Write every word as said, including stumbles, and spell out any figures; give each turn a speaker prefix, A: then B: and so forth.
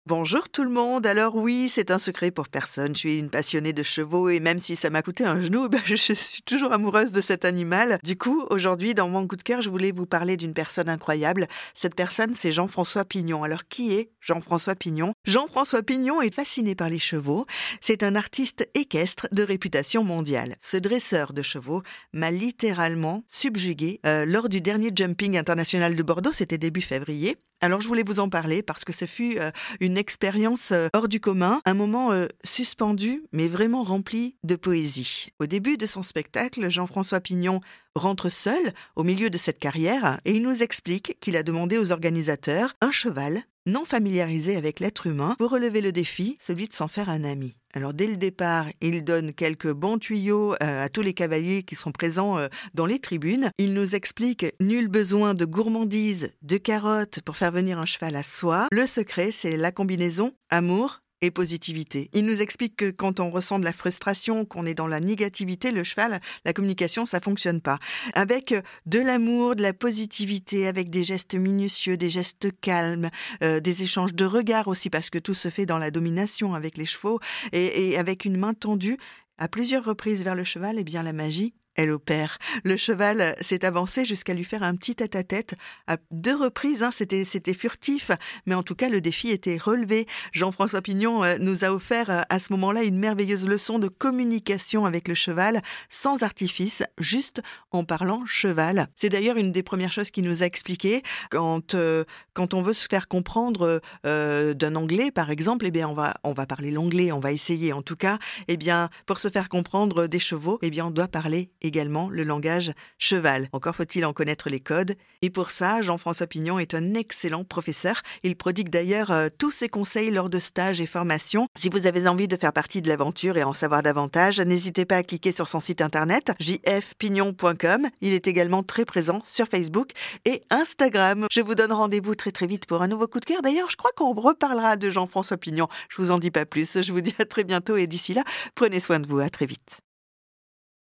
A: Bonjour tout le monde. Alors oui, c'est un secret pour personne. Je suis une passionnée de chevaux et même si ça m'a coûté un genou, ben, je suis toujours amoureuse de cet animal. Du coup, aujourd'hui, dans mon coup de cœur, je voulais vous parler d'une personne incroyable. Cette personne, c'est Jean-François Pignon. Alors qui est Jean-François Pignon? Jean-François Pignon est fasciné par les chevaux. C'est un artiste équestre de réputation mondiale. Ce dresseur de chevaux m'a littéralement subjugué euh, lors du dernier Jumping international de Bordeaux. C'était début février. Alors je voulais vous en parler parce que ce fut euh, une expérience euh, hors du commun, un moment euh, suspendu mais vraiment rempli de poésie. Au début de son spectacle, Jean-François Pignon rentre seul au milieu de cette carrière et il nous explique qu'il a demandé aux organisateurs un cheval non familiarisé avec l'être humain pour relever le défi, celui de s'en faire un ami. Alors dès le départ, il donne quelques bons tuyaux euh, à tous les cavaliers qui sont présents euh, dans les tribunes. Il nous explique nul besoin de gourmandise, de carottes pour faire venir un cheval à soi. Le secret, c'est la combinaison amour et positivité. Il nous explique que quand on ressent de la frustration, qu'on est dans la négativité, le cheval, la communication, ça fonctionne pas. Avec de l'amour, de la positivité, avec des gestes minutieux, des gestes calmes, euh, des échanges de regards aussi, parce que tout se fait dans la domination avec les chevaux, et, et avec une main tendue à plusieurs reprises vers le cheval, eh bien la magie, elle opère. Le cheval s'est avancé jusqu'à lui faire un petit tête-à-tête à deux reprises. Hein, c'était, c'était furtif, mais en tout cas, le défi était relevé. Jean-François Pignon euh, nous a offert euh, à ce moment-là une merveilleuse leçon de communication avec le cheval, sans artifice, juste en parlant cheval. C'est d'ailleurs une des premières choses qu'il nous a expliqué. Quand, euh, quand on veut se faire comprendre euh, d'un anglais, par exemple, eh bien, on va, on va parler l'anglais, on va essayer en tout cas. Eh bien, pour se faire comprendre des chevaux, eh bien, on doit parler également le langage cheval. Encore faut-il en connaître les codes. Et pour ça, Jean-François Pignon est un excellent professeur. Il prodigue d'ailleurs euh, tous ses conseils lors de stages et formations. Si vous avez envie de faire partie de l'aventure et en savoir davantage, n'hésitez pas à cliquer sur son site internet j f pignon point com. Il est également très présent sur Facebook et Instagram. Je vous donne rendez-vous très très vite pour un nouveau coup de cœur. D'ailleurs, je crois qu'on reparlera de Jean-François Pignon. Je vous en dis pas plus. Je vous dis à très bientôt et d'ici là, prenez soin de vous. À très vite.